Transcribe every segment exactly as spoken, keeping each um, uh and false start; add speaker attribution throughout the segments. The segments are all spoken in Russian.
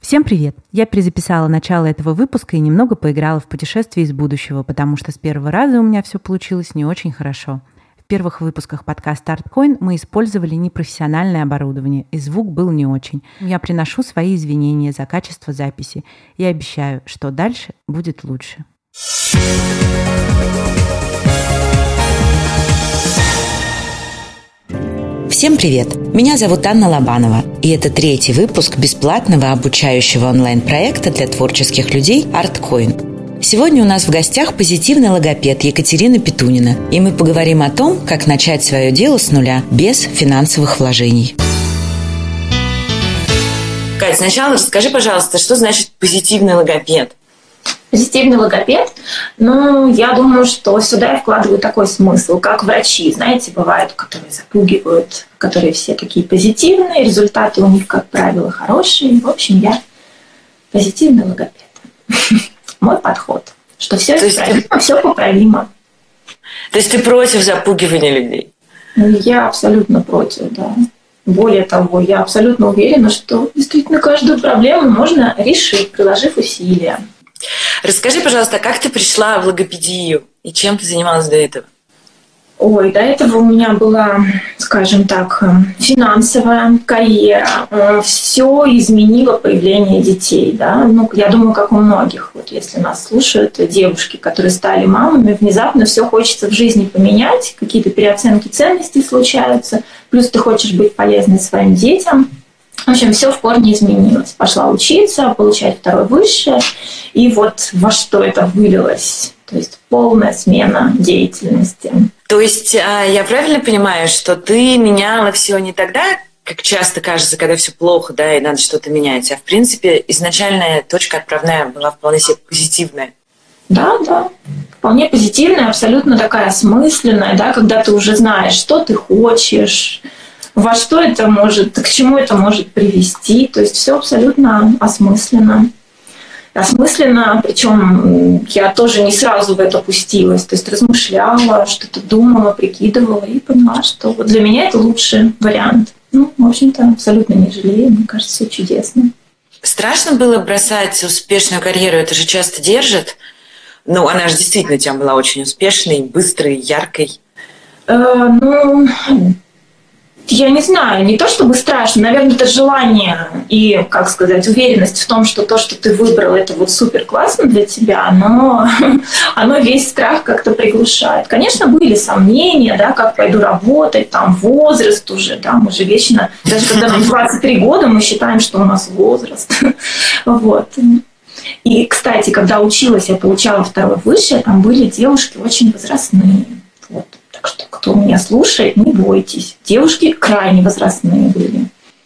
Speaker 1: Всем привет! Я перезаписала начало этого выпуска и немного поиграла в путешествие из будущего, потому что с первого раза у меня все получилось не очень хорошо. В первых выпусках подкаста ArtCoin мы использовали непрофессиональное оборудование, и звук был не очень. Я приношу свои извинения за качество записи и обещаю, что дальше будет лучше.
Speaker 2: Всем привет! Меня зовут Анна Лобанова, и это третий выпуск бесплатного обучающего онлайн-проекта для творческих людей ArtCoin. Сегодня у нас в гостях позитивный логопед Екатерина Петунина, и мы поговорим о том, как начать свое дело с нуля, без финансовых вложений.
Speaker 3: Кать, сначала расскажи, пожалуйста, что значит позитивный логопед?
Speaker 4: Позитивный логопед, ну, я думаю, что сюда я вкладываю такой смысл, как врачи, знаете, бывают, которые запугивают, которые все такие позитивные, результаты у них, как правило, хорошие. В общем, я позитивный логопед. Мой подход, что все исправимо, все поправимо.
Speaker 3: То есть ты против запугивания людей?
Speaker 4: Я абсолютно против, да. Более того, я абсолютно уверена, что действительно каждую проблему можно решить, приложив усилия.
Speaker 3: Расскажи, пожалуйста, как ты пришла в логопедию и чем ты занималась до этого?
Speaker 4: Ой, до этого у меня была, скажем так, финансовая карьера. Все изменило появление детей, да. Ну, я думаю, как у многих. Вот если нас слушают девушки, которые стали мамами, внезапно все хочется в жизни поменять, какие-то переоценки ценностей случаются, плюс ты хочешь быть полезной своим детям. В общем, все в корне изменилось. Пошла учиться, получать второе высшее. И вот во что это вылилось. То есть полная смена деятельности.
Speaker 3: То есть я правильно понимаю, что ты меняла все не тогда, как часто кажется, когда все плохо, да, и надо что-то менять, а в принципе изначальная точка отправная была вполне себе позитивная?
Speaker 4: Да, да. Вполне позитивная, абсолютно такая осмысленная, да, когда ты уже знаешь, что ты хочешь, во что это может, к чему это может привести. То есть все абсолютно осмысленно. Осмысленно, причем я тоже не сразу в это пустилась. То есть размышляла, что-то думала, прикидывала и поняла, что вот для меня это лучший вариант. Ну, в общем-то, абсолютно не жалею. Мне кажется, все чудесно.
Speaker 3: Страшно было бросать успешную карьеру? Это же часто держит. Ну, она же действительно у тебя была очень успешной, быстрой, яркой.
Speaker 4: Э, ну... Я не знаю, не то чтобы страшно, наверное, это желание и, как сказать, уверенность в том, что то, что ты выбрал, это вот супер классно для тебя, но оно весь страх как-то приглушает. Конечно, были сомнения, да, как пойду работать, там возраст уже, да, мы же вечно, даже когда нам двадцать три года, мы считаем, что у нас возраст. Вот. И, кстати, когда училась, я получала второе высшее, там были девушки очень возрастные. Вот. Так что, кто меня слушает, не бойтесь. Девушки крайне возрастные были.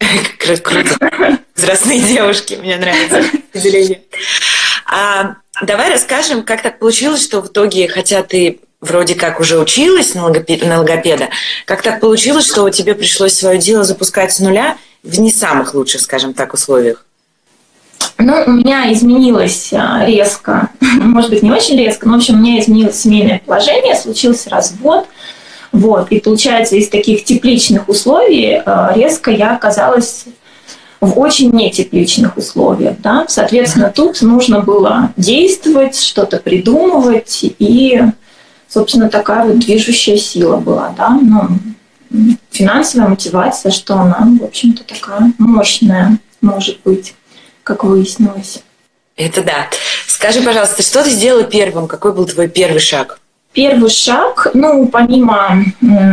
Speaker 3: Круто. Возрастные девушки, мне нравится определение. А, давай расскажем, как так получилось, что в итоге, хотя ты вроде как уже училась на, логопед, на логопеда, как так получилось, что тебе пришлось свое дело запускать с нуля в не самых лучших, скажем так, условиях?
Speaker 4: Ну, у меня изменилось резко, может быть, не очень резко, но, в общем, у меня изменилось семейное положение, случился развод. Вот, и, получается, из таких тепличных условий резко я оказалась в очень нетепличных условиях. Да? Соответственно, тут нужно было действовать, что-то придумывать, и, собственно, такая вот движущая сила была. Да? Ну, финансовая мотивация, что она, в общем-то, такая мощная может быть, как выяснилось.
Speaker 3: Это да. Скажи, пожалуйста, что ты сделала первым? Какой был твой первый шаг?
Speaker 4: Первый шаг, ну, помимо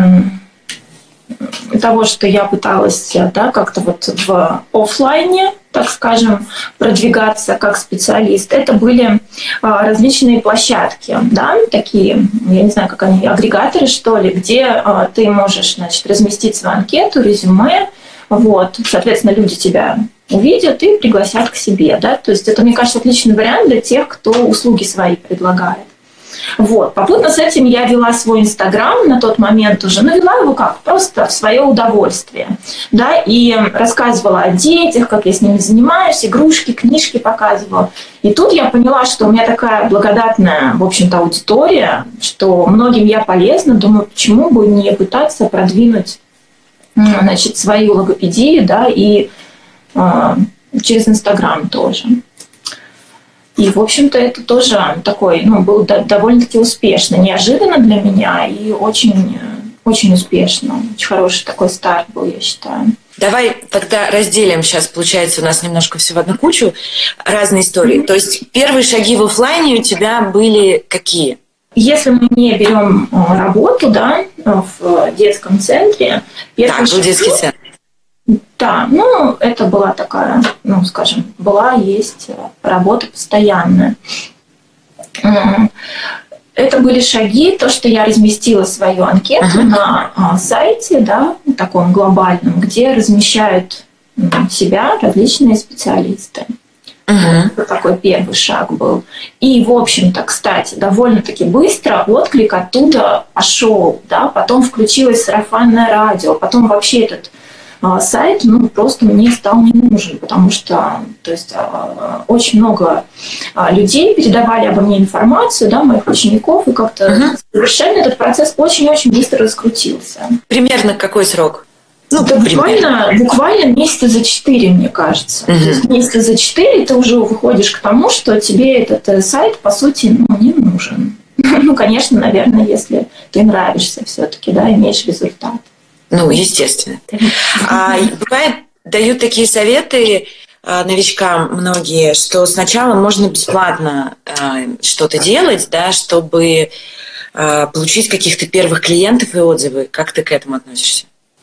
Speaker 4: э, того, что я пыталась, да, как-то вот в офлайне, так скажем, продвигаться как специалист, это были э, различные площадки, да, такие, я не знаю, как они, агрегаторы, что ли, где э, ты можешь, значит, разместить свою анкету, резюме, вот, соответственно, люди тебя увидят и пригласят к себе, да, то есть это, мне кажется, отличный вариант для тех, кто услуги свои предлагает. Вот. Попутно с этим я вела свой Инстаграм на тот момент уже, но вела его как? Просто в свое удовольствие. Да? И рассказывала о детях, как я с ними занимаюсь, игрушки, книжки показывала. И тут я поняла, что у меня такая благодатная, в общем-то, аудитория, что многим я полезна. Думаю, почему бы не пытаться продвинуть, значит, свою логопедию, да, и через Инстаграм тоже. И, в общем-то, это тоже такой, ну, был довольно-таки успешно, неожиданно для меня и очень, очень успешно. Очень хороший такой старт был, я считаю.
Speaker 3: Давай тогда разделим, сейчас получается у нас немножко все в одну кучу, разные истории. Mm-hmm. То есть первые шаги в офлайне у тебя были какие?
Speaker 4: Если мы не берем работу, да, в детском центре...
Speaker 3: Так, был детский центр.
Speaker 4: Да, ну, это была такая, ну, скажем, была, есть работа постоянная. Это были шаги, то, что я разместила свою анкету uh-huh. на сайте, да, таком глобальном, где размещают себя различные специалисты. Uh-huh. Это такой первый шаг был. И, в общем-то, кстати, довольно-таки быстро отклик оттуда пошел, да, потом включилось сарафанное радио, потом вообще этот сайт, ну, просто мне стал не нужен, потому что, то есть, очень много людей передавали обо мне информацию, да, моих учеников, и как-то uh-huh. совершенно этот процесс очень-очень быстро раскрутился.
Speaker 3: Примерно какой срок?
Speaker 4: Ну, да, буквально, буквально месяца за четыре, мне кажется. Uh-huh. То есть месяца за четыре ты уже выходишь к тому, что тебе этот сайт, по сути, ну, не нужен. Ну, конечно, наверное, если ты нравишься все-таки, да, имеешь результат.
Speaker 3: Ну, естественно. А бывает, дают такие советы а, новичкам многие, что сначала можно бесплатно а, что-то делать, да, чтобы а, получить каких-то первых клиентов и отзывы. Как ты к этому относишься?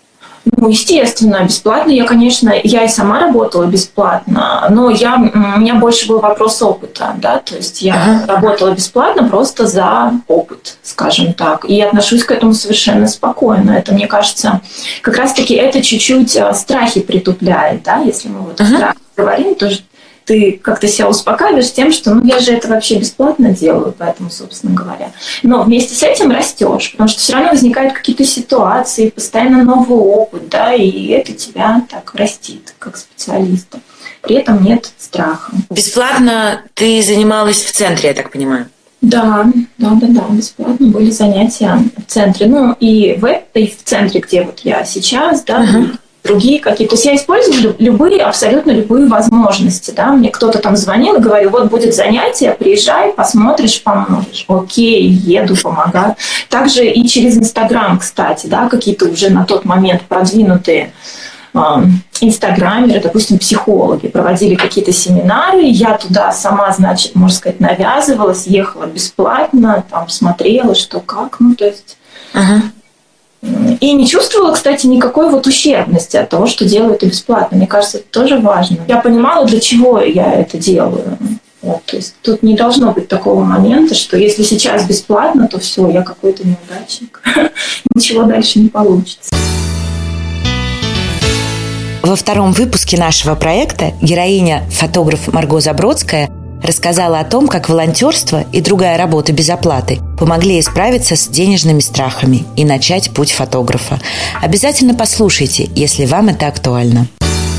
Speaker 4: Ну, естественно, бесплатно. Я, конечно, я и сама работала бесплатно, но я, у меня больше был вопрос опыта, да, то есть я uh-huh. работала бесплатно просто за опыт, скажем так, и отношусь к этому совершенно спокойно. Это, мне кажется, как раз-таки это чуть-чуть страхи притупляет, да, если мы вот uh-huh. о страхе говорим, то ты как-то себя успокаиваешь тем, что ну я же это вообще бесплатно делаю, поэтому, собственно говоря. Но вместе с этим растешь, потому что все равно возникают какие-то ситуации, постоянно новый опыт, да, и это тебя так растит, как специалиста. При этом нет страха.
Speaker 3: Бесплатно ты занималась в центре, я так понимаю?
Speaker 4: Да, да, да, да, бесплатно были занятия в центре. Ну и в, и в центре, где вот я сейчас, да, uh-huh. другие какие-то. То есть я использую любые, абсолютно любые возможности. Да? Мне кто-то там звонил и говорил, вот будет занятие, приезжай, посмотришь, поможешь. Окей, еду, помогаю. Также и через Инстаграм, кстати, да, какие-то уже на тот момент продвинутые э, инстаграмеры, допустим, психологи, проводили какие-то семинары, я туда сама, значит, можно сказать, навязывалась, ехала бесплатно, там смотрела, что как, ну, то есть... Uh-huh. И не чувствовала, кстати, никакой вот ущербности от того, что делаю это бесплатно. Мне кажется, это тоже важно. Я понимала, для чего я это делаю. Вот, то есть тут не должно быть такого момента, что если сейчас бесплатно, то все, я какой-то неудачник. Ничего дальше не получится.
Speaker 2: Во втором выпуске нашего проекта героиня, фотограф Марго Забродская, рассказала о том, как волонтерство и другая работа без оплаты помогли ей справиться с денежными страхами и начать путь фотографа. Обязательно послушайте, если вам это актуально.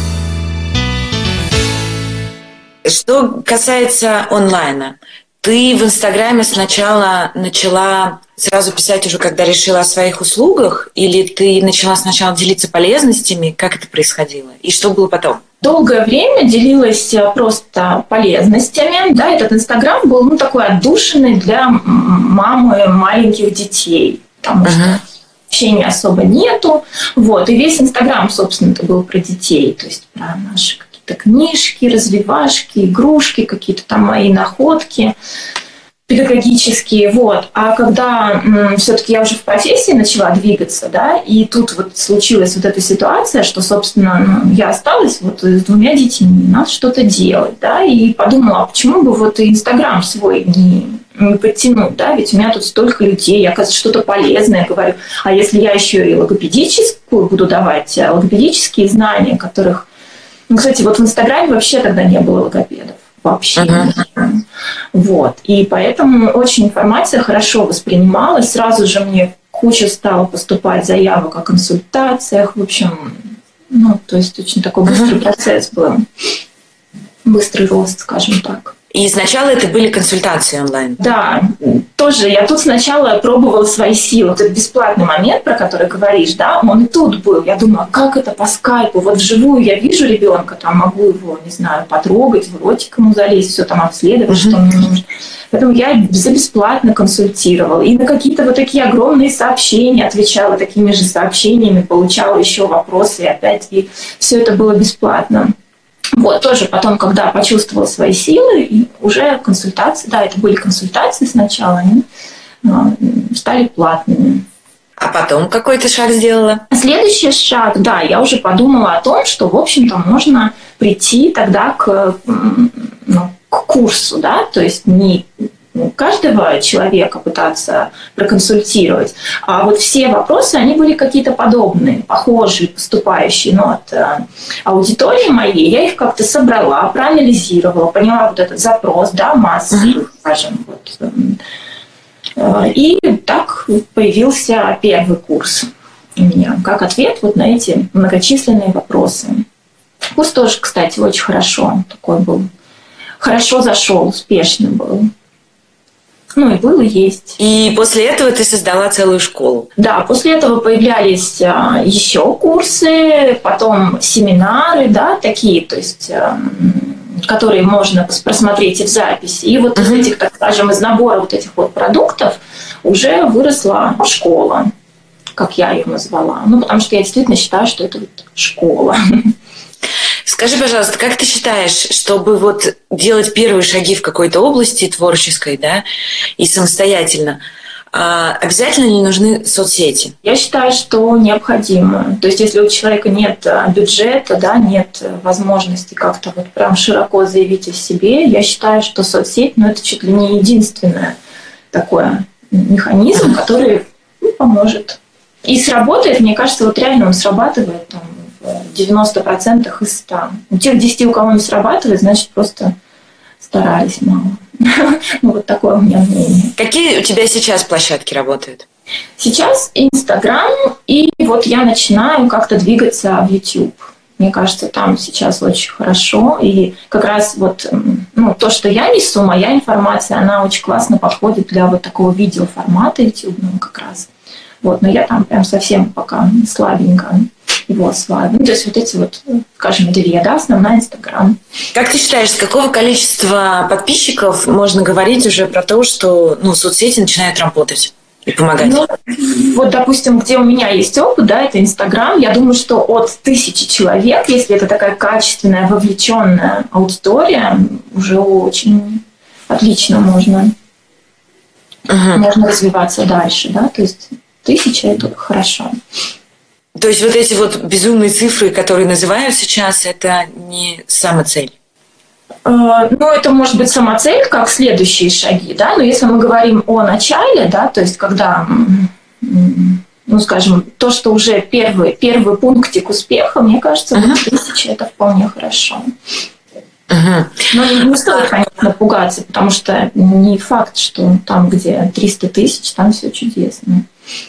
Speaker 3: Что касается онлайна, ты в Инстаграме сначала начала сразу писать уже, когда решила о своих услугах, или ты начала сначала делиться полезностями? Как это происходило? И что было потом?
Speaker 4: Долгое время делилась просто полезностями. Да, этот Инстаграм был ну, такой отдушиной для мамы маленьких детей, потому uh-huh. что общения особо нету. Вот. И весь Инстаграм, собственно, это был про детей, то есть про наши какие-то книжки, развивашки, игрушки, какие-то там мои находки педагогические, вот. А когда м, все-таки я уже в профессии начала двигаться, да, и тут вот случилась вот эта ситуация, что, собственно, ну, я осталась вот с двумя детьми, надо что-то делать, да, и подумала, а почему бы вот и Инстаграм свой не, не подтянуть, да, ведь у меня тут столько людей, я, оказывается, что-то полезное говорю, а если я еще и логопедическую буду давать, логопедические знания, которых, ну, кстати, вот в Инстаграме вообще тогда не было логопедов. Вообще. Uh-huh. Вот. И поэтому очень информация хорошо воспринималась. Сразу же мне куча стала поступать заявок о консультациях. В общем, ну, то есть очень такой быстрый uh-huh. процесс был. Быстрый рост, скажем так.
Speaker 3: И сначала это были консультации онлайн?
Speaker 4: Да, тоже я тут сначала пробовала свои силы. Вот этот бесплатный момент, про который говоришь, да, он и тут был. Я думала, как это по скайпу? Вот вживую я вижу ребенка, там могу его, не знаю, потрогать, в ротик ему залезть, все там обследовать, mm-hmm. что мне нужно. Поэтому я за бесплатно консультировала. И на какие-то вот такие огромные сообщения отвечала такими же сообщениями, получала еще вопросы, и опять, и все это было бесплатно. Вот, тоже потом, когда почувствовала свои силы, уже консультации, да, это были консультации сначала, они стали платными.
Speaker 3: А потом какой ты шаг сделала?
Speaker 4: Следующий шаг, да, я уже подумала о том, что, в общем-то, можно прийти тогда к, ну, к курсу, да, то есть не каждого человека пытаться проконсультировать. А вот все вопросы, они были какие-то подобные, похожие, поступающие. Но от э, аудитории моей я их как-то собрала, проанализировала, поняла вот этот запрос, да, массовый, скажем. Вот. Э, и так появился первый курс у меня, как ответ вот на эти многочисленные вопросы. Курс тоже, кстати, очень хорошо такой был. Хорошо зашел, успешный был. Ну, и было, есть.
Speaker 3: И после этого ты создала целую школу?
Speaker 4: Да, после этого появлялись а, еще курсы, потом семинары, да, такие, то есть, а, которые можно просмотреть и в записи. И вот uh-huh. из этих, так скажем, из набора вот этих вот продуктов уже выросла школа, как я ее назвала. Ну, потому что я действительно считаю, что это вот школа.
Speaker 3: Скажи, пожалуйста, как ты считаешь, чтобы вот делать первые шаги в какой-то области творческой, да, и самостоятельно, обязательно ли нужны соцсети?
Speaker 4: Я считаю, что необходимо. То есть, если у человека нет бюджета, да, нет возможности как-то вот прям широко заявить о себе, я считаю, что соцсеть, ну, это чуть ли не единственный такой механизм, который, ну, поможет. И сработает, мне кажется, вот реально он срабатывает там, в девяноста процентах из ста. У тех десяти, у кого не срабатывает, значит, просто старались мало. Ну, вот такое у меня мнение.
Speaker 3: Какие у тебя сейчас площадки работают?
Speaker 4: Сейчас Инстаграм, и вот я начинаю как-то двигаться в YouTube. Мне кажется, там сейчас очень хорошо. И как раз вот, ну, то, что я несу, моя информация, она очень классно подходит для вот такого видеоформата ютубного как раз. Вот, но я там прям совсем пока слабенько его осваиваю. Ну, то есть вот эти вот, скажем, две, да, основная Инстаграм.
Speaker 3: Как ты считаешь, с какого количества подписчиков можно говорить уже про то, что, ну, соцсети начинают работать и помогать?
Speaker 4: Ну, вот, допустим, где у меня есть опыт, да, это Инстаграм. Я думаю, что от тысячи человек, если это такая качественная, вовлеченная аудитория, уже очень отлично можно, угу. можно развиваться дальше, да, то есть тысяча – это хорошо.
Speaker 3: То есть вот эти вот безумные цифры, которые называют сейчас, это не самоцель?
Speaker 4: Ну, это может быть самоцель, как следующие шаги, да, но если мы говорим о начале, да, то есть когда, ну, скажем, то, что уже первый, первый пунктик успеха, мне кажется, uh-huh. вот тысяча – это вполне хорошо. Uh-huh. Но не, не стоит, конечно, пугаться, потому что не факт, что там, где триста тысяч, там все чудесно.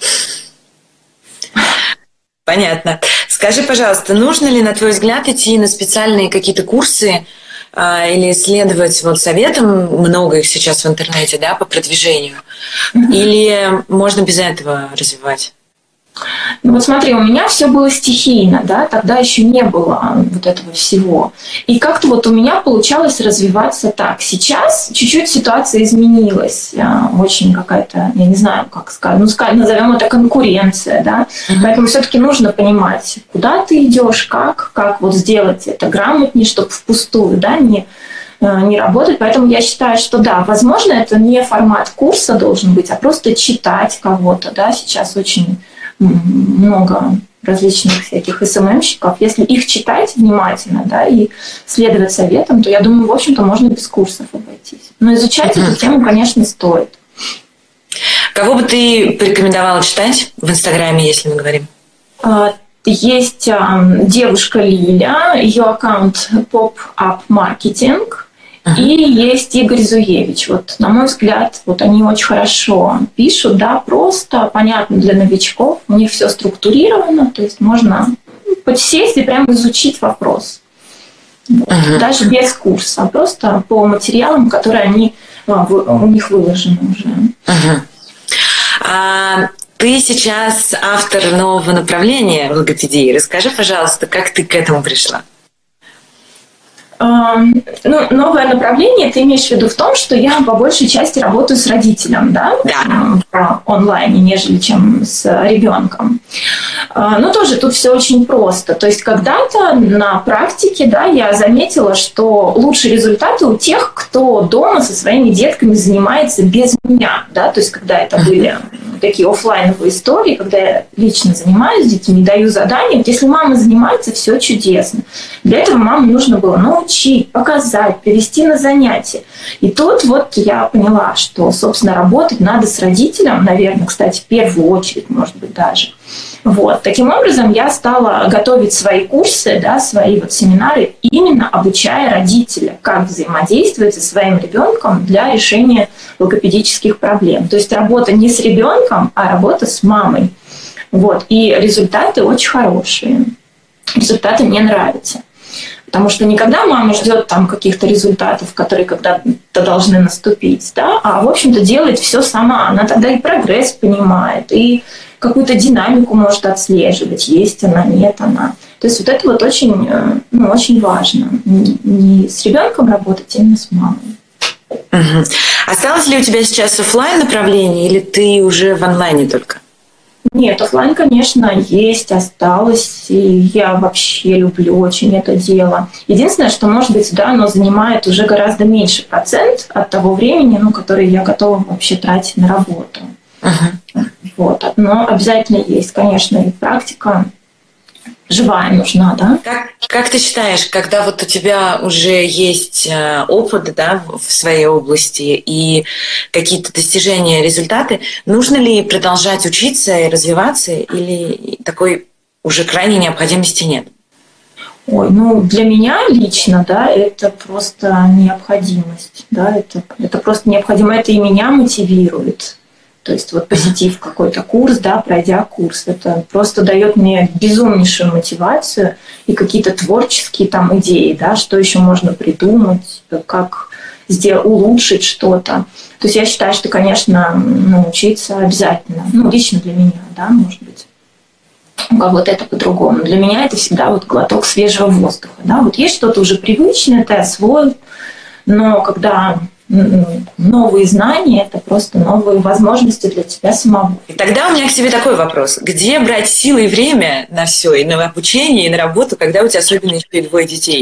Speaker 3: Понятно. Скажи, пожалуйста, нужно ли, на твой взгляд, идти на специальные какие-то курсы а, или следовать вот советам, много их сейчас в интернете, да, по продвижению, mm-hmm. или можно без этого развивать?
Speaker 4: Ну вот смотри, у меня все было стихийно, да, тогда еще не было вот этого всего. И как-то вот у меня получалось развиваться так. Сейчас чуть-чуть ситуация изменилась, очень какая-то, я не знаю, как сказать, ну, сказать, назовем это конкуренция, да. Mm-hmm. Поэтому все-таки нужно понимать, куда ты идешь, как, как вот сделать это грамотнее, чтобы впустую, да, не не работать. Поэтому я считаю, что да, возможно, это не формат курса должен быть, а просто читать кого-то, да, сейчас очень много различных всяких эс эм эм-щиков. Если их читать внимательно, да, и следовать советам, то, я думаю, в общем-то, можно без курсов обойтись. Но изучать mm-hmm. эту тему, конечно, стоит.
Speaker 3: Кого бы ты порекомендовала читать в Инстаграме, если мы говорим?
Speaker 4: Есть девушка Лиля, ее аккаунт Pop-Up Marketing. И есть Игорь Зуевич. Вот, на мой взгляд, вот они очень хорошо пишут, да, просто, понятно для новичков. У них все структурировано, то есть можно подсесть и прямо изучить вопрос. Вот. Uh-huh. Даже без курса, а просто по материалам, которые они, а, у них выложены уже.
Speaker 3: Uh-huh. А, ты сейчас автор нового направления в логопедии. Расскажи, пожалуйста, как ты к этому пришла?
Speaker 4: Ну, новое направление ты имеешь в виду в том, что я по большей части работаю с родителем, да,
Speaker 3: да.
Speaker 4: в онлайне, нежели чем с ребенком. Но тоже тут все очень просто. То есть когда-то на практике, да, я заметила, что лучшие результаты у тех, кто дома со своими детками занимается без меня, да, то есть когда это были такие офлайновые истории, когда я лично занимаюсь с детьми, даю задания. Вот если мама занимается, все чудесно. Для этого маме нужно было научить, показать, привести на занятия. И тут вот я поняла, что, собственно, работать надо с родителем, наверное, кстати, в первую очередь, может быть, даже. Вот. Таким образом, я стала готовить свои курсы, да, свои вот семинары, именно обучая родителя, как взаимодействовать со своим ребенком для решения логопедических проблем. То есть работа не с ребенком, а работа с мамой. Вот. И результаты очень хорошие. Результаты мне нравятся. Потому что никогда мама ждет там каких-то результатов, которые когда-то должны наступить, да, а, в общем-то, делает все сама. Она тогда и прогресс понимает, и какую-то динамику может отслеживать, есть она, нет она. То есть вот это вот очень, ну, очень важно. Не с ребенком работать, а именно с мамой.
Speaker 3: Угу. Осталось ли у тебя сейчас офлайн направление, или ты уже в онлайне только?
Speaker 4: Нет, офлайн, конечно, есть, осталось, и я вообще люблю очень это дело. Единственное, что, может быть, да, оно занимает уже гораздо меньше процент от того времени, ну, которое я готова вообще тратить на работу. Uh-huh. Вот. Но обязательно есть, конечно, и практика живая нужна, да?
Speaker 3: Как, как ты считаешь, когда вот у тебя уже есть опыт, да, в своей области и какие-то достижения, результаты, нужно ли продолжать учиться и развиваться, или такой уже крайней необходимости нет?
Speaker 4: Ой, ну для меня лично, да, это просто необходимость, да, это, это просто необходимо, это и меня мотивирует. То есть вот посетив какой-то курс, да, пройдя курс, это просто дает мне безумнейшую мотивацию и какие-то творческие там идеи, да, что еще можно придумать, как сделать, улучшить что-то. То есть я считаю, что, конечно, научиться обязательно. Ну, лично для меня, да, может быть. У кого-то это по-другому. Для меня это всегда вот глоток свежего воздуха. Да? Вот есть что-то уже привычное, ты освоил, но когда новые знания, это просто новые возможности для тебя самого.
Speaker 3: И тогда у меня к тебе такой вопрос. Где брать силы и время на все, и на обучение, и на работу, когда у тебя особенно еще и двое детей?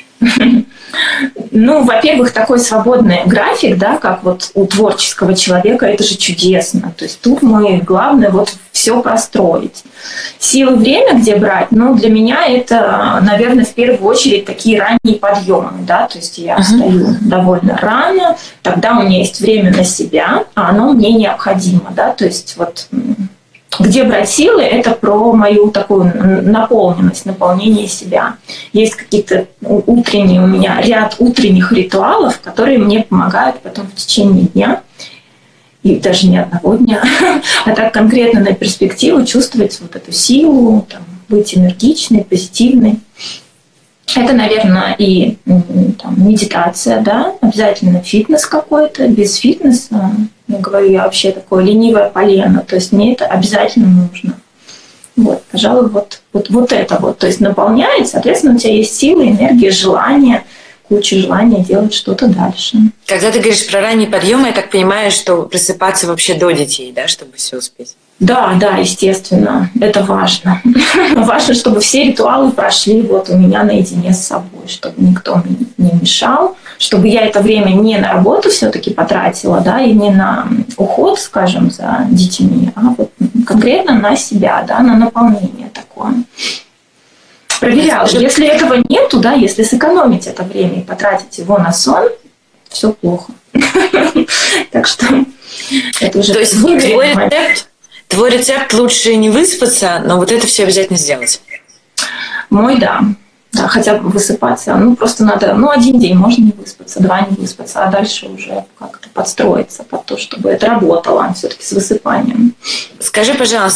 Speaker 4: Ну, во-первых, такой свободный график, да, как вот у творческого человека, это же чудесно. То есть тут мы, главное, вот все простроить. Силы, время где брать? Ну, для меня это, наверное, в первую очередь такие ранние подъемы, да, то есть я встаю uh-huh. довольно рано, тогда у меня есть время на себя, а оно мне необходимо, да, то есть вот... Где брать силы, это про мою такую наполненность, наполнение себя. Есть какие-то утренние у меня, ряд утренних ритуалов, которые мне помогают потом в течение дня, и даже не одного дня, а так конкретно на перспективу чувствовать вот эту силу, там, быть энергичной, позитивной. Это, наверное, и там, медитация, да, обязательно фитнес какой-то. Без фитнеса, я говорю, я вообще такое ленивое полено, то есть мне это обязательно нужно. Вот, пожалуй, вот, вот, вот это вот, то есть наполняет, соответственно, у тебя есть сила, энергия, желание, куча желания делать что-то дальше.
Speaker 3: Когда ты говоришь про ранний подъем, я так понимаю, что просыпаться вообще до детей, да, чтобы все успеть?
Speaker 4: Да, да, естественно, это важно. Важно, чтобы все ритуалы прошли вот у меня наедине с собой, чтобы никто мне не мешал, чтобы я это время не на работу все-таки потратила, да, и не на уход, скажем, за детьми, а вот конкретно на себя, да, на наполнение такое. Проверяла. Если этого нету, да, если сэкономить это время и потратить его на сон, все плохо. Так что это уже...
Speaker 3: То есть твой рецепт, твой рецепт лучше не выспаться, но вот это все обязательно сделать?
Speaker 4: Мой, да. Да, хотя бы высыпаться. Ну, просто надо... Ну, один день можно не выспаться, два не выспаться, а дальше уже как-то подстроиться под то, чтобы это работало все-таки с высыпанием.
Speaker 3: Скажи, пожалуйста,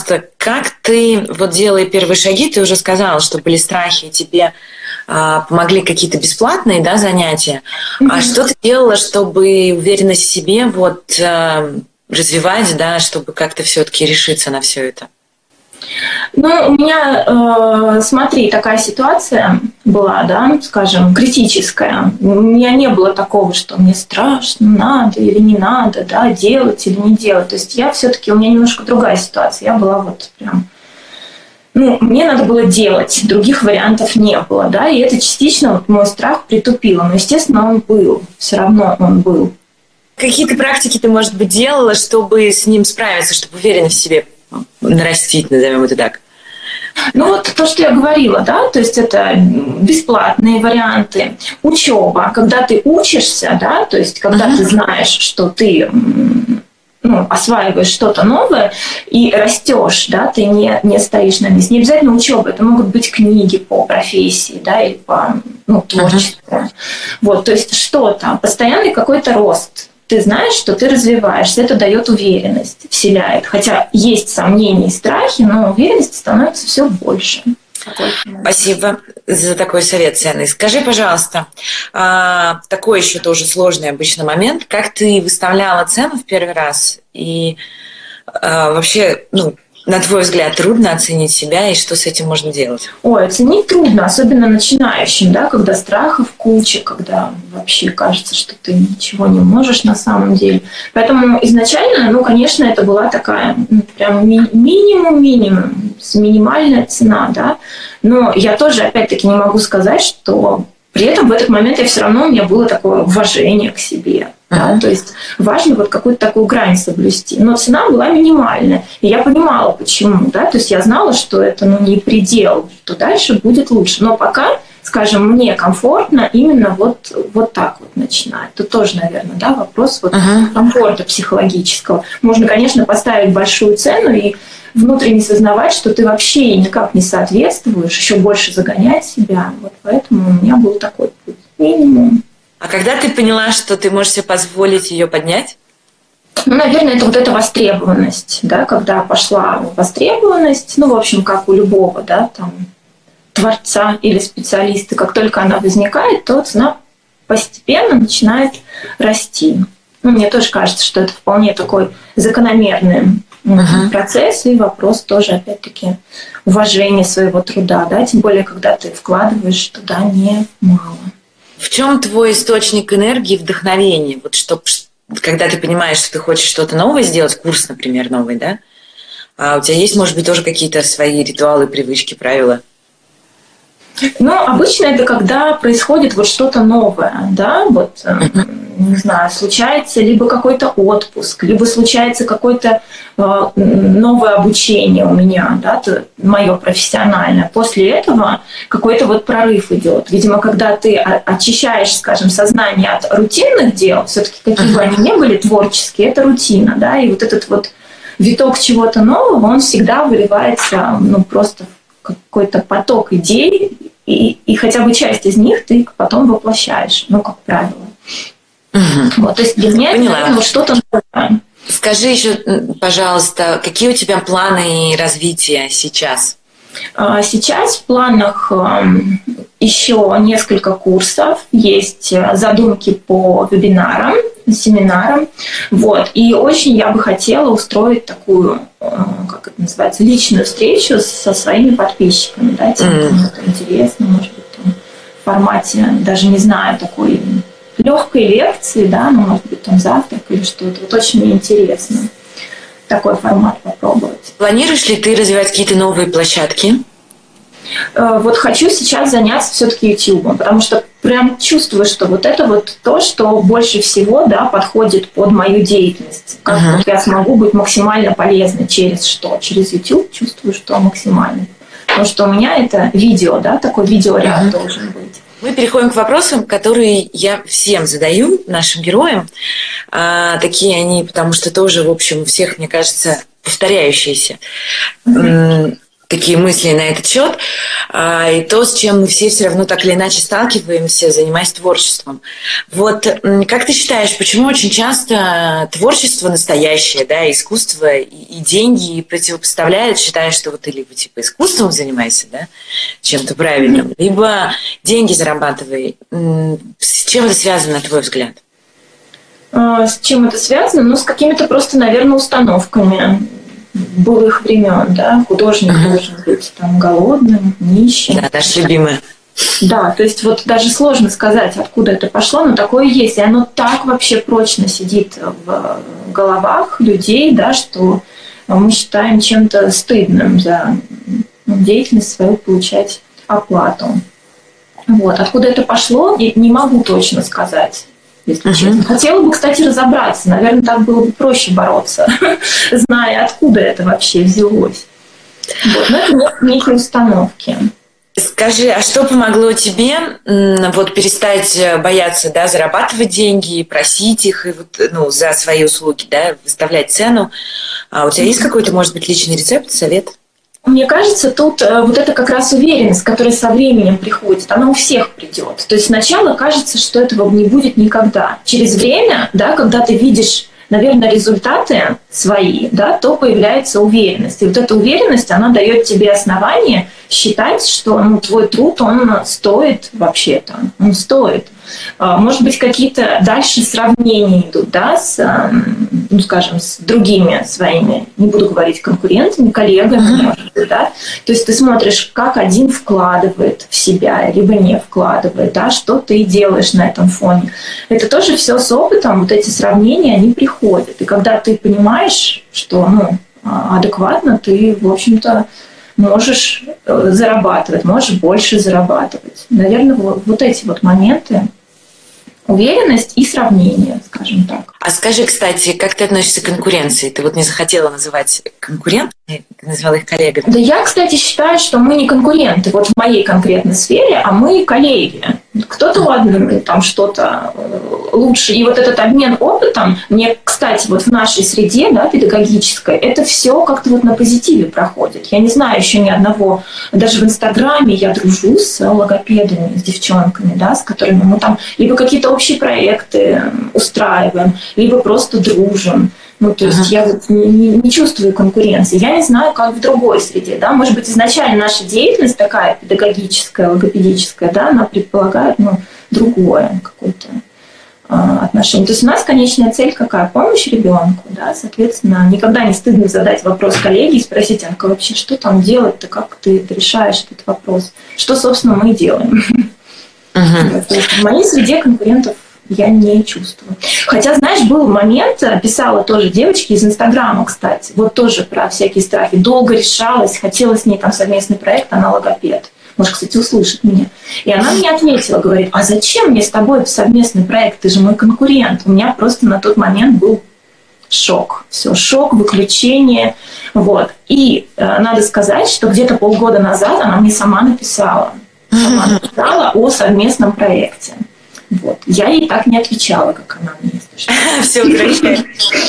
Speaker 3: как ты, вот делая первые шаги, ты уже сказала, что были страхи, и тебе а, помогли какие-то бесплатные, да, занятия. Mm-hmm. А что ты делала, чтобы уверенность в себе вот а, развивать, да, чтобы как-то все-таки решиться на все это?
Speaker 4: Ну, у меня, э, смотри, такая ситуация была, да, скажем, критическая. У меня не было такого, что мне страшно, надо или не надо, да, делать или не делать. То есть я все-таки, у меня немножко другая ситуация. Я была вот прям, ну, мне надо было делать, других вариантов не было, да, и это частично вот мой страх притупило. Но, естественно, он был, все равно он был.
Speaker 3: Какие-то практики ты, может быть, делала, чтобы с ним справиться, чтобы уверенно в себе нарастить, назовем это так?
Speaker 4: Ну вот то, что я говорила, да, то есть это бесплатные варианты, учеба, когда ты учишься, да, то есть когда uh-huh. ты знаешь, что ты, ну, осваиваешь что-то новое и растешь, да, ты не, не стоишь на месте. Не обязательно учеба, это могут быть книги по профессии, да, или по, ну, творчеству. Uh-huh. Вот, то есть что-то, постоянный какой-то рост. Ты знаешь, что ты развиваешься, это дает уверенность, вселяет. Хотя есть сомнения и страхи, но уверенности становится все больше.
Speaker 3: Спасибо за такой совет ценный. Скажи, пожалуйста, такой еще тоже сложный обычно момент. Как ты выставляла цену в первый раз? И вообще, ну, на твой взгляд, трудно оценить себя, и что с этим можно делать?
Speaker 4: Ой, оценить трудно, особенно начинающим, да, когда страхов куча, когда вообще кажется, что ты ничего не можешь на самом деле. Поэтому изначально, ну, конечно, это была такая, ну, прям ми- минимум-минимум, минимальная цена, да. Но я тоже, опять-таки, не могу сказать, что при этом в этот момент я все равно, у меня было такое уважение к себе. Да? Uh-huh. То есть важно вот какую-то такую грань соблюсти. Но цена была минимальная. И я понимала, почему. Да? То есть я знала, что это, ну, не предел, что дальше будет лучше. Но пока, скажем, мне комфортно именно вот, вот так вот начинать. Тут тоже, наверное, да, вопрос вот uh-huh. комфорта психологического. Можно, конечно, поставить большую цену и внутренне сознавать, что ты вообще никак не соответствуешь, еще больше загонять себя. Вот поэтому у меня был такой путь. Минимум.
Speaker 3: А когда ты поняла, что ты можешь себе позволить ее поднять?
Speaker 4: Ну, наверное, это вот эта востребованность, да, когда пошла востребованность, ну, в общем, как у любого, да, там, творца или специалиста, как только она возникает, то цена постепенно начинает расти. Ну, мне тоже кажется, что это вполне такой закономерный uh-huh. процесс, и вопрос тоже, опять-таки, уважения своего труда, да, тем более, когда ты вкладываешь туда немало.
Speaker 3: В чем твой источник энергии, вдохновения? Вот чтоб, когда ты понимаешь, что ты хочешь что-то новое сделать, курс, например, новый, да? А у тебя есть, может быть, тоже какие-то свои ритуалы, привычки, правила?
Speaker 4: Ну, обычно это когда происходит вот что-то новое, да, вот, не знаю, случается либо какой-то отпуск, либо случается какое-то э, новое обучение у меня, да, мое профессиональное. После этого какой-то вот прорыв идет. Видимо, когда ты очищаешь, скажем, сознание от рутинных дел, все-таки какие бы они ни были творческие, это рутина, да, и вот этот вот виток чего-то нового, он всегда выливается, ну, просто в какой-то поток идей, и, и хотя бы часть из них ты потом воплощаешь, ну, как правило. Угу. Вот, то есть для меня Поняла. Это, наверное, что-то новое.
Speaker 3: Скажи еще, пожалуйста, какие у тебя планы развития сейчас?
Speaker 4: Сейчас в планах еще несколько курсов, есть задумки по вебинарам, семинарам. Вот. И очень я бы хотела устроить такую, как это называется, личную встречу со своими подписчиками. Да, тем, mm. кому это интересно, может быть, там, в формате, даже не знаю, такой легкой лекции, да, ну, может быть, там завтрак или что-то. Вот очень мне интересно такой формат попробовать.
Speaker 3: Планируешь ли ты развивать какие-то новые площадки?
Speaker 4: Вот хочу сейчас заняться все-таки YouTube, потому что прям чувствую, что вот это вот то, что больше всего, да, подходит под мою деятельность. Как uh-huh. вот я смогу быть максимально полезной через что? Через YouTube чувствую, что максимально. Потому что у меня это видео, да, такой видеоряд uh-huh. должен быть.
Speaker 3: Мы переходим к вопросам, которые я всем задаю, нашим героям. А, такие они, потому что тоже, в общем, у всех, мне кажется, повторяющиеся. Mm-hmm. какие мысли на этот счет, и то, с чем мы все все равно так или иначе сталкиваемся, занимаясь творчеством. Вот как ты считаешь, почему очень часто творчество настоящее, да, искусство и деньги противопоставляют, считая, что вот ты либо типа искусством занимаешься, да, чем-то правильным, либо деньги зарабатывай. С чем это связано, на твой взгляд?
Speaker 4: С чем это связано? Ну, с какими-то просто, наверное, установками былых времен, да, художник uh-huh. должен быть там голодным, нищим.
Speaker 3: Да, наша любимая.
Speaker 4: Да, то есть вот даже сложно сказать, откуда это пошло, но такое есть, и оно так вообще прочно сидит в головах людей, да, что мы считаем чем-то стыдным за деятельность свою получать оплату. Вот, откуда это пошло, я не могу точно сказать. Если честно. Хотела бы, кстати, разобраться. Наверное, так было бы проще бороться, зная, откуда это вообще взялось. Вот. Но это некие установки.
Speaker 3: Скажи, а что помогло тебе вот, перестать бояться, да, зарабатывать деньги, просить их и вот, ну, за свои услуги, да, выставлять цену? А у тебя есть какой-то, может быть, личный рецепт, совет?
Speaker 4: Мне кажется, тут э, вот это как раз уверенность, которая со временем приходит, она у всех придет. То есть сначала кажется, что этого не будет никогда. Через время, да, когда ты видишь, наверное, результаты свои, да, то появляется уверенность. И вот эта уверенность, она дает тебе основание считать, что ну, твой труд, он стоит вообще-то, он стоит. Может быть, какие-то дальше сравнения идут, да, с, ну, скажем, с другими своими, не буду говорить конкурентами, коллегами, может быть, да. То есть ты смотришь, как один вкладывает в себя, либо не вкладывает, да, что ты делаешь на этом фоне. Это тоже все с опытом, вот эти сравнения, они приходят. И когда ты понимаешь, что, ну, адекватно, ты, в общем-то, можешь зарабатывать, можешь больше зарабатывать. Наверное, вот, вот эти вот моменты. Уверенность и сравнение, скажем так.
Speaker 3: А скажи, кстати, как ты относишься к конкуренции? Ты вот не захотела называть конкурентами, ты назвала их коллегами.
Speaker 4: Да я, кстати, считаю, что мы не конкуренты вот в моей конкретной сфере, а мы коллеги. Кто-то, ладно, там что-то лучше. И вот этот обмен опытом, мне, кстати, вот в нашей среде, да, педагогической, это все как-то вот на позитиве проходит. Я не знаю еще ни одного, даже в Инстаграме я дружу с логопедами, с девчонками, да, с которыми мы там либо какие-то общие проекты устраиваем, либо просто дружим. Ну, то есть uh-huh. я вот не, не чувствую конкуренции. Я не знаю, как в другой среде. Да? Может быть, изначально наша деятельность такая педагогическая, логопедическая, да, она предполагает ну, другое какое-то а, отношение. То есть у нас конечная цель какая? Помощь ребенку. Да? Соответственно, никогда не стыдно задать вопрос коллеге и спросить, Анка, вообще что там делать-то, как ты решаешь этот вопрос? Что, собственно, мы и делаем. Uh-huh. В моей среде конкурентов я не чувствую. Хотя, знаешь, был момент, писала тоже девочке из Инстаграма, кстати, вот тоже про всякие страхи. Долго решалась, хотела с ней там совместный проект, она логопед. Может, кстати, услышит меня. И она мне ответила, говорит, а зачем мне с тобой совместный проект, ты же мой конкурент. У меня просто на тот момент был шок. Все, шок, выключение. Вот. И э, надо сказать, что где-то полгода назад она мне сама написала. Сама написала о совместном проекте. Вот. Я ей так не отвечала, как она мне.
Speaker 3: Все возвращает.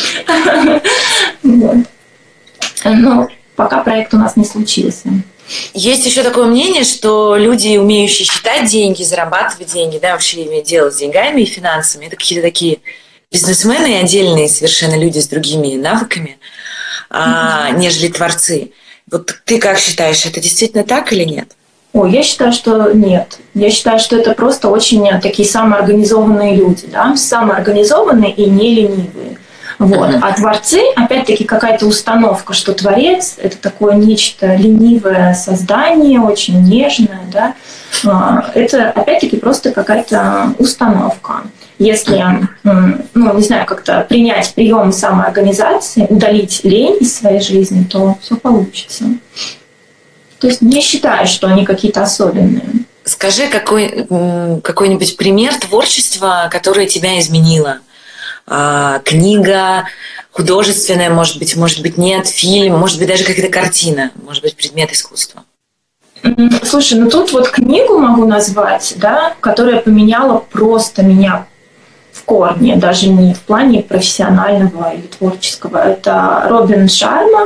Speaker 4: Но пока проект у нас не случился.
Speaker 3: Есть еще такое мнение, что люди, умеющие считать деньги, зарабатывать деньги, да, вообще иметь дело с деньгами и финансами, это какие-то такие бизнесмены и отдельные совершенно люди с другими навыками, а, нежели творцы. Вот ты как считаешь, это действительно так или нет?
Speaker 4: Ой, я считаю, что нет. Я считаю, что это просто очень такие самоорганизованные люди, да, самоорганизованные и не ленивые. Вот. А творцы, опять-таки, какая-то установка, что творец – это такое нечто ленивое создание, очень нежное, да. Это, опять-таки, просто какая-то установка. Если, ну, не знаю, как-то принять приемы самоорганизации, удалить лень из своей жизни, то все получится. То есть не считаю, что они какие-то особенные.
Speaker 3: Скажи какой, какой-нибудь пример творчества, которое тебя изменило. А, книга, художественная, может быть, может быть, нет, фильм, может быть, даже какая-то картина, может быть, предмет искусства.
Speaker 4: Слушай, ну тут вот книгу могу назвать, да, которая поменяла просто меня в корне, даже не в плане профессионального или творческого. Это Робин Шарма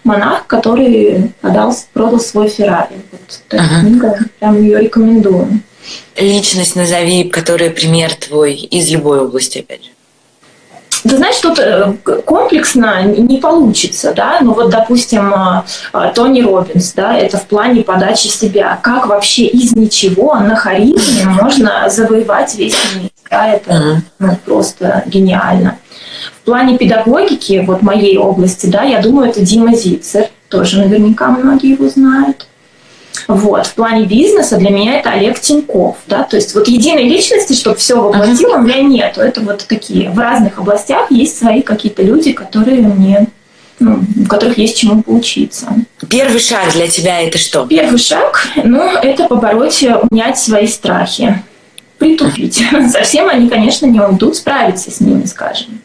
Speaker 4: монах, который продал, продал свой Феррари. Вот эта
Speaker 3: Ага.
Speaker 4: книга, прям ее рекомендую.
Speaker 3: Личность назови, которая пример твой из любой области, опять же.
Speaker 4: Ты знаешь, тут э, комплексно не получится, да, ну вот, допустим, э, э, Тони Роббинс, да, это в плане подачи себя. Как вообще из ничего на харизме можно завоевать весь мир, да, это
Speaker 3: Мгм.
Speaker 4: ну, просто гениально. В плане педагогики, вот моей области, да, я думаю, это Дима Зицер, тоже наверняка многие его знают. Вот. В плане бизнеса для меня это Олег Тиньков. Да? То есть вот единой личности, чтобы все воплотило, у меня нету. Это вот такие в разных областях есть свои какие-то люди, которые мне, ну, у которых есть чему поучиться.
Speaker 3: Первый шаг для тебя это что?
Speaker 4: Первый шаг, ну, это побороть, унять свои страхи, притупить. Совсем они, конечно, не уйдут, справиться с ними, скажем.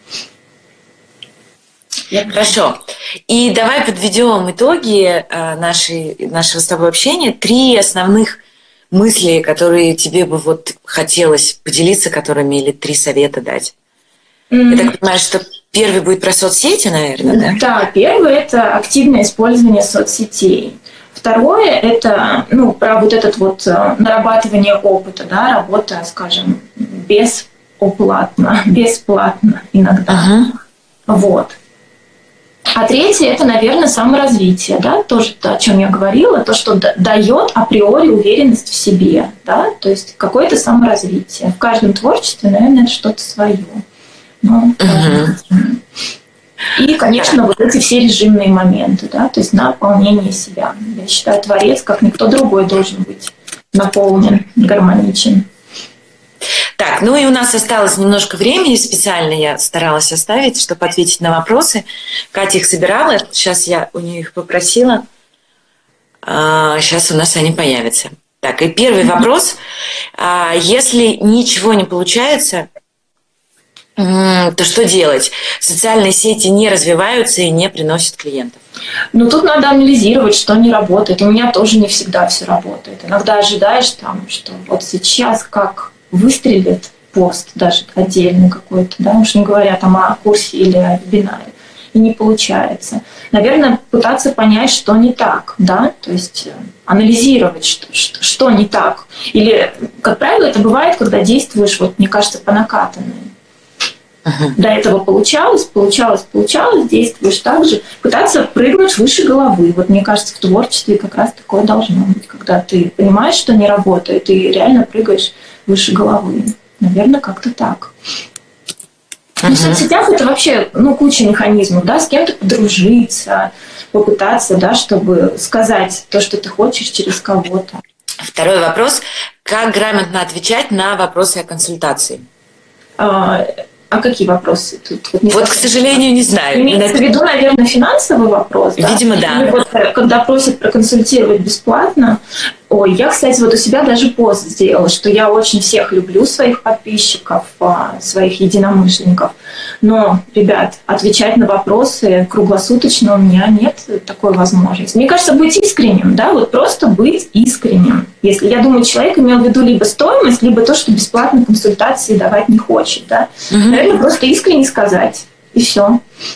Speaker 3: Хорошо. И давай подведем итоги э, нашей, нашего с тобой общения. Три основных мысли, которые тебе бы вот хотелось поделиться, которыми, или три совета дать.
Speaker 4: Mm.
Speaker 3: Я так понимаю, что первый будет про соцсети, наверное, да?
Speaker 4: Да, первое – это активное использование соцсетей. Второе – это ну, про вот этот вот э, нарабатывание опыта, да, работа, скажем, бесплатно, бесплатно иногда.
Speaker 3: Ага.
Speaker 4: Вот. А третье – это, наверное, саморазвитие, да, тоже то, о чем я говорила, то, что дает априори уверенность в себе, да, то есть какое-то саморазвитие. В каждом творчестве, наверное, это что-то свое. Ну,
Speaker 3: Мгм.
Speaker 4: и, конечно, вот эти все режимные моменты, да, то есть наполнение себя. Я считаю, творец, как никто другой, должен быть наполнен, гармоничен.
Speaker 3: Так, ну и у нас осталось немножко времени, специально я старалась оставить, чтобы ответить на вопросы. Катя их собирала, сейчас я у нее их попросила. А, сейчас у нас они появятся. Так, и первый вопрос. А, если ничего не получается, м, то что делать? Социальные сети не развиваются и не приносят клиентов.
Speaker 4: Ну, тут надо анализировать, что не работает. У меня тоже не всегда все работает. Иногда ожидаешь там, что вот сейчас как выстрелит пост даже отдельный какой-то, да, уж не говоря там о курсе или о вебинаре, и не получается. Наверное, пытаться понять, что не так, да, то есть анализировать, что, что, что не так. Или, как правило, это бывает, когда действуешь, вот, мне кажется, по накатанной.
Speaker 3: Ага.
Speaker 4: До этого получалось, получалось, получалось, действуешь так же. Пытаться прыгнуть выше головы. Вот мне кажется, в творчестве как раз такое должно быть, когда ты понимаешь, что не работает, и реально прыгаешь выше головы. Наверное, как-то так.
Speaker 3: Ага.
Speaker 4: В соцсетях это вообще ну, куча механизмов, да, с кем-то подружиться, попытаться, да, чтобы сказать то, что ты хочешь через кого-то.
Speaker 3: Второй вопрос. Как грамотно отвечать на вопросы о консультации?
Speaker 4: А, а какие вопросы тут? Вот, не
Speaker 3: Вот, к
Speaker 4: совсем.
Speaker 3: сожалению, не знаю.
Speaker 4: Имеется в виду, наверное, финансовый вопрос, да?
Speaker 3: Видимо, да.
Speaker 4: И вот, когда просят проконсультировать бесплатно, ой, я, кстати, вот у себя даже пост сделала, что я очень всех люблю, своих подписчиков, своих единомышленников, но, ребят, отвечать на вопросы круглосуточно у меня нет такой возможности. Мне кажется, быть искренним, да, вот просто быть искренним. Если, я думаю, человек имел в виду либо стоимость, либо то, что бесплатно консультации давать не хочет, да.
Speaker 3: Угу.
Speaker 4: Наверное, просто искренне сказать, и все.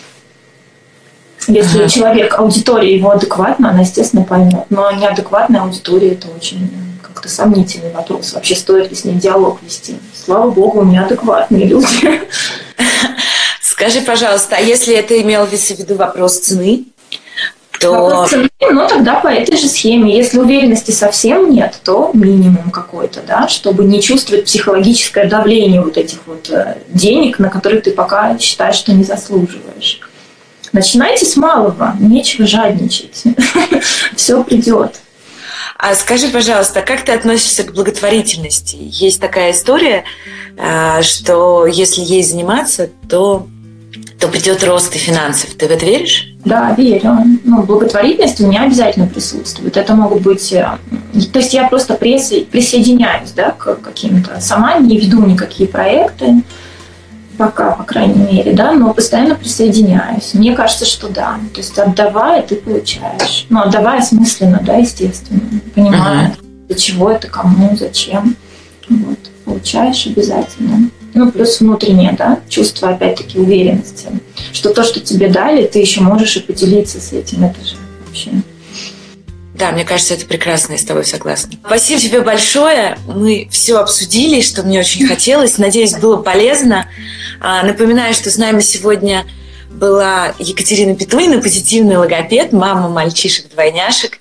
Speaker 4: Если
Speaker 3: Ага.
Speaker 4: человек, аудитория его адекватна, она, естественно, поймет. Но неадекватная аудитория – это очень как-то сомнительный вопрос. Вообще, стоит ли с ней диалог вести? Слава богу, неадекватные люди.
Speaker 3: Скажи, пожалуйста, а если это имел в виду вопрос цены, то...
Speaker 4: Вопрос цены, ну, тогда по этой же схеме. Если уверенности совсем нет, то минимум какой-то, да, чтобы не чувствовать психологическое давление вот этих вот денег, на которые ты пока считаешь, что не заслуживаешь. Начинайте с малого, нечего жадничать. Все придет.
Speaker 3: А скажи, пожалуйста, как ты относишься к благотворительности? Есть такая история, что если ей заниматься, то, то придет рост и финансов. Ты в это веришь?
Speaker 4: Да, верю. Ну, благотворительность у меня обязательно присутствует. Это могут быть... То есть я просто присоединяюсь, да, к каким-то... Сама не веду никакие проекты, пока, по крайней мере, да, но постоянно присоединяюсь. Мне кажется, что да. То есть отдавая, ты получаешь. Ну, отдавая смысленно, да, естественно. Понимая, uh-huh. для чего это, кому, зачем. Вот. Получаешь обязательно. Ну, плюс внутреннее, да, чувство, опять-таки, уверенности. что то, что тебе дали, ты еще можешь и поделиться с этим. Это же вообще...
Speaker 3: Да, мне кажется, это прекрасно, я с тобой согласна. Спасибо тебе большое. Мы все обсудили, что мне очень хотелось. Надеюсь, было полезно. Напоминаю, что с нами сегодня была Екатерина Петунина, позитивный логопед, мама мальчишек-двойняшек.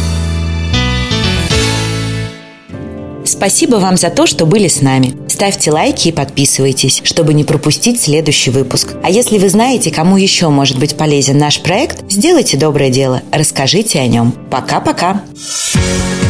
Speaker 2: Спасибо вам за то, что были с нами. Ставьте лайки и подписывайтесь, чтобы не пропустить следующий выпуск. А если вы знаете, кому еще может быть полезен наш проект, сделайте доброе дело, расскажите о нем. Пока-пока!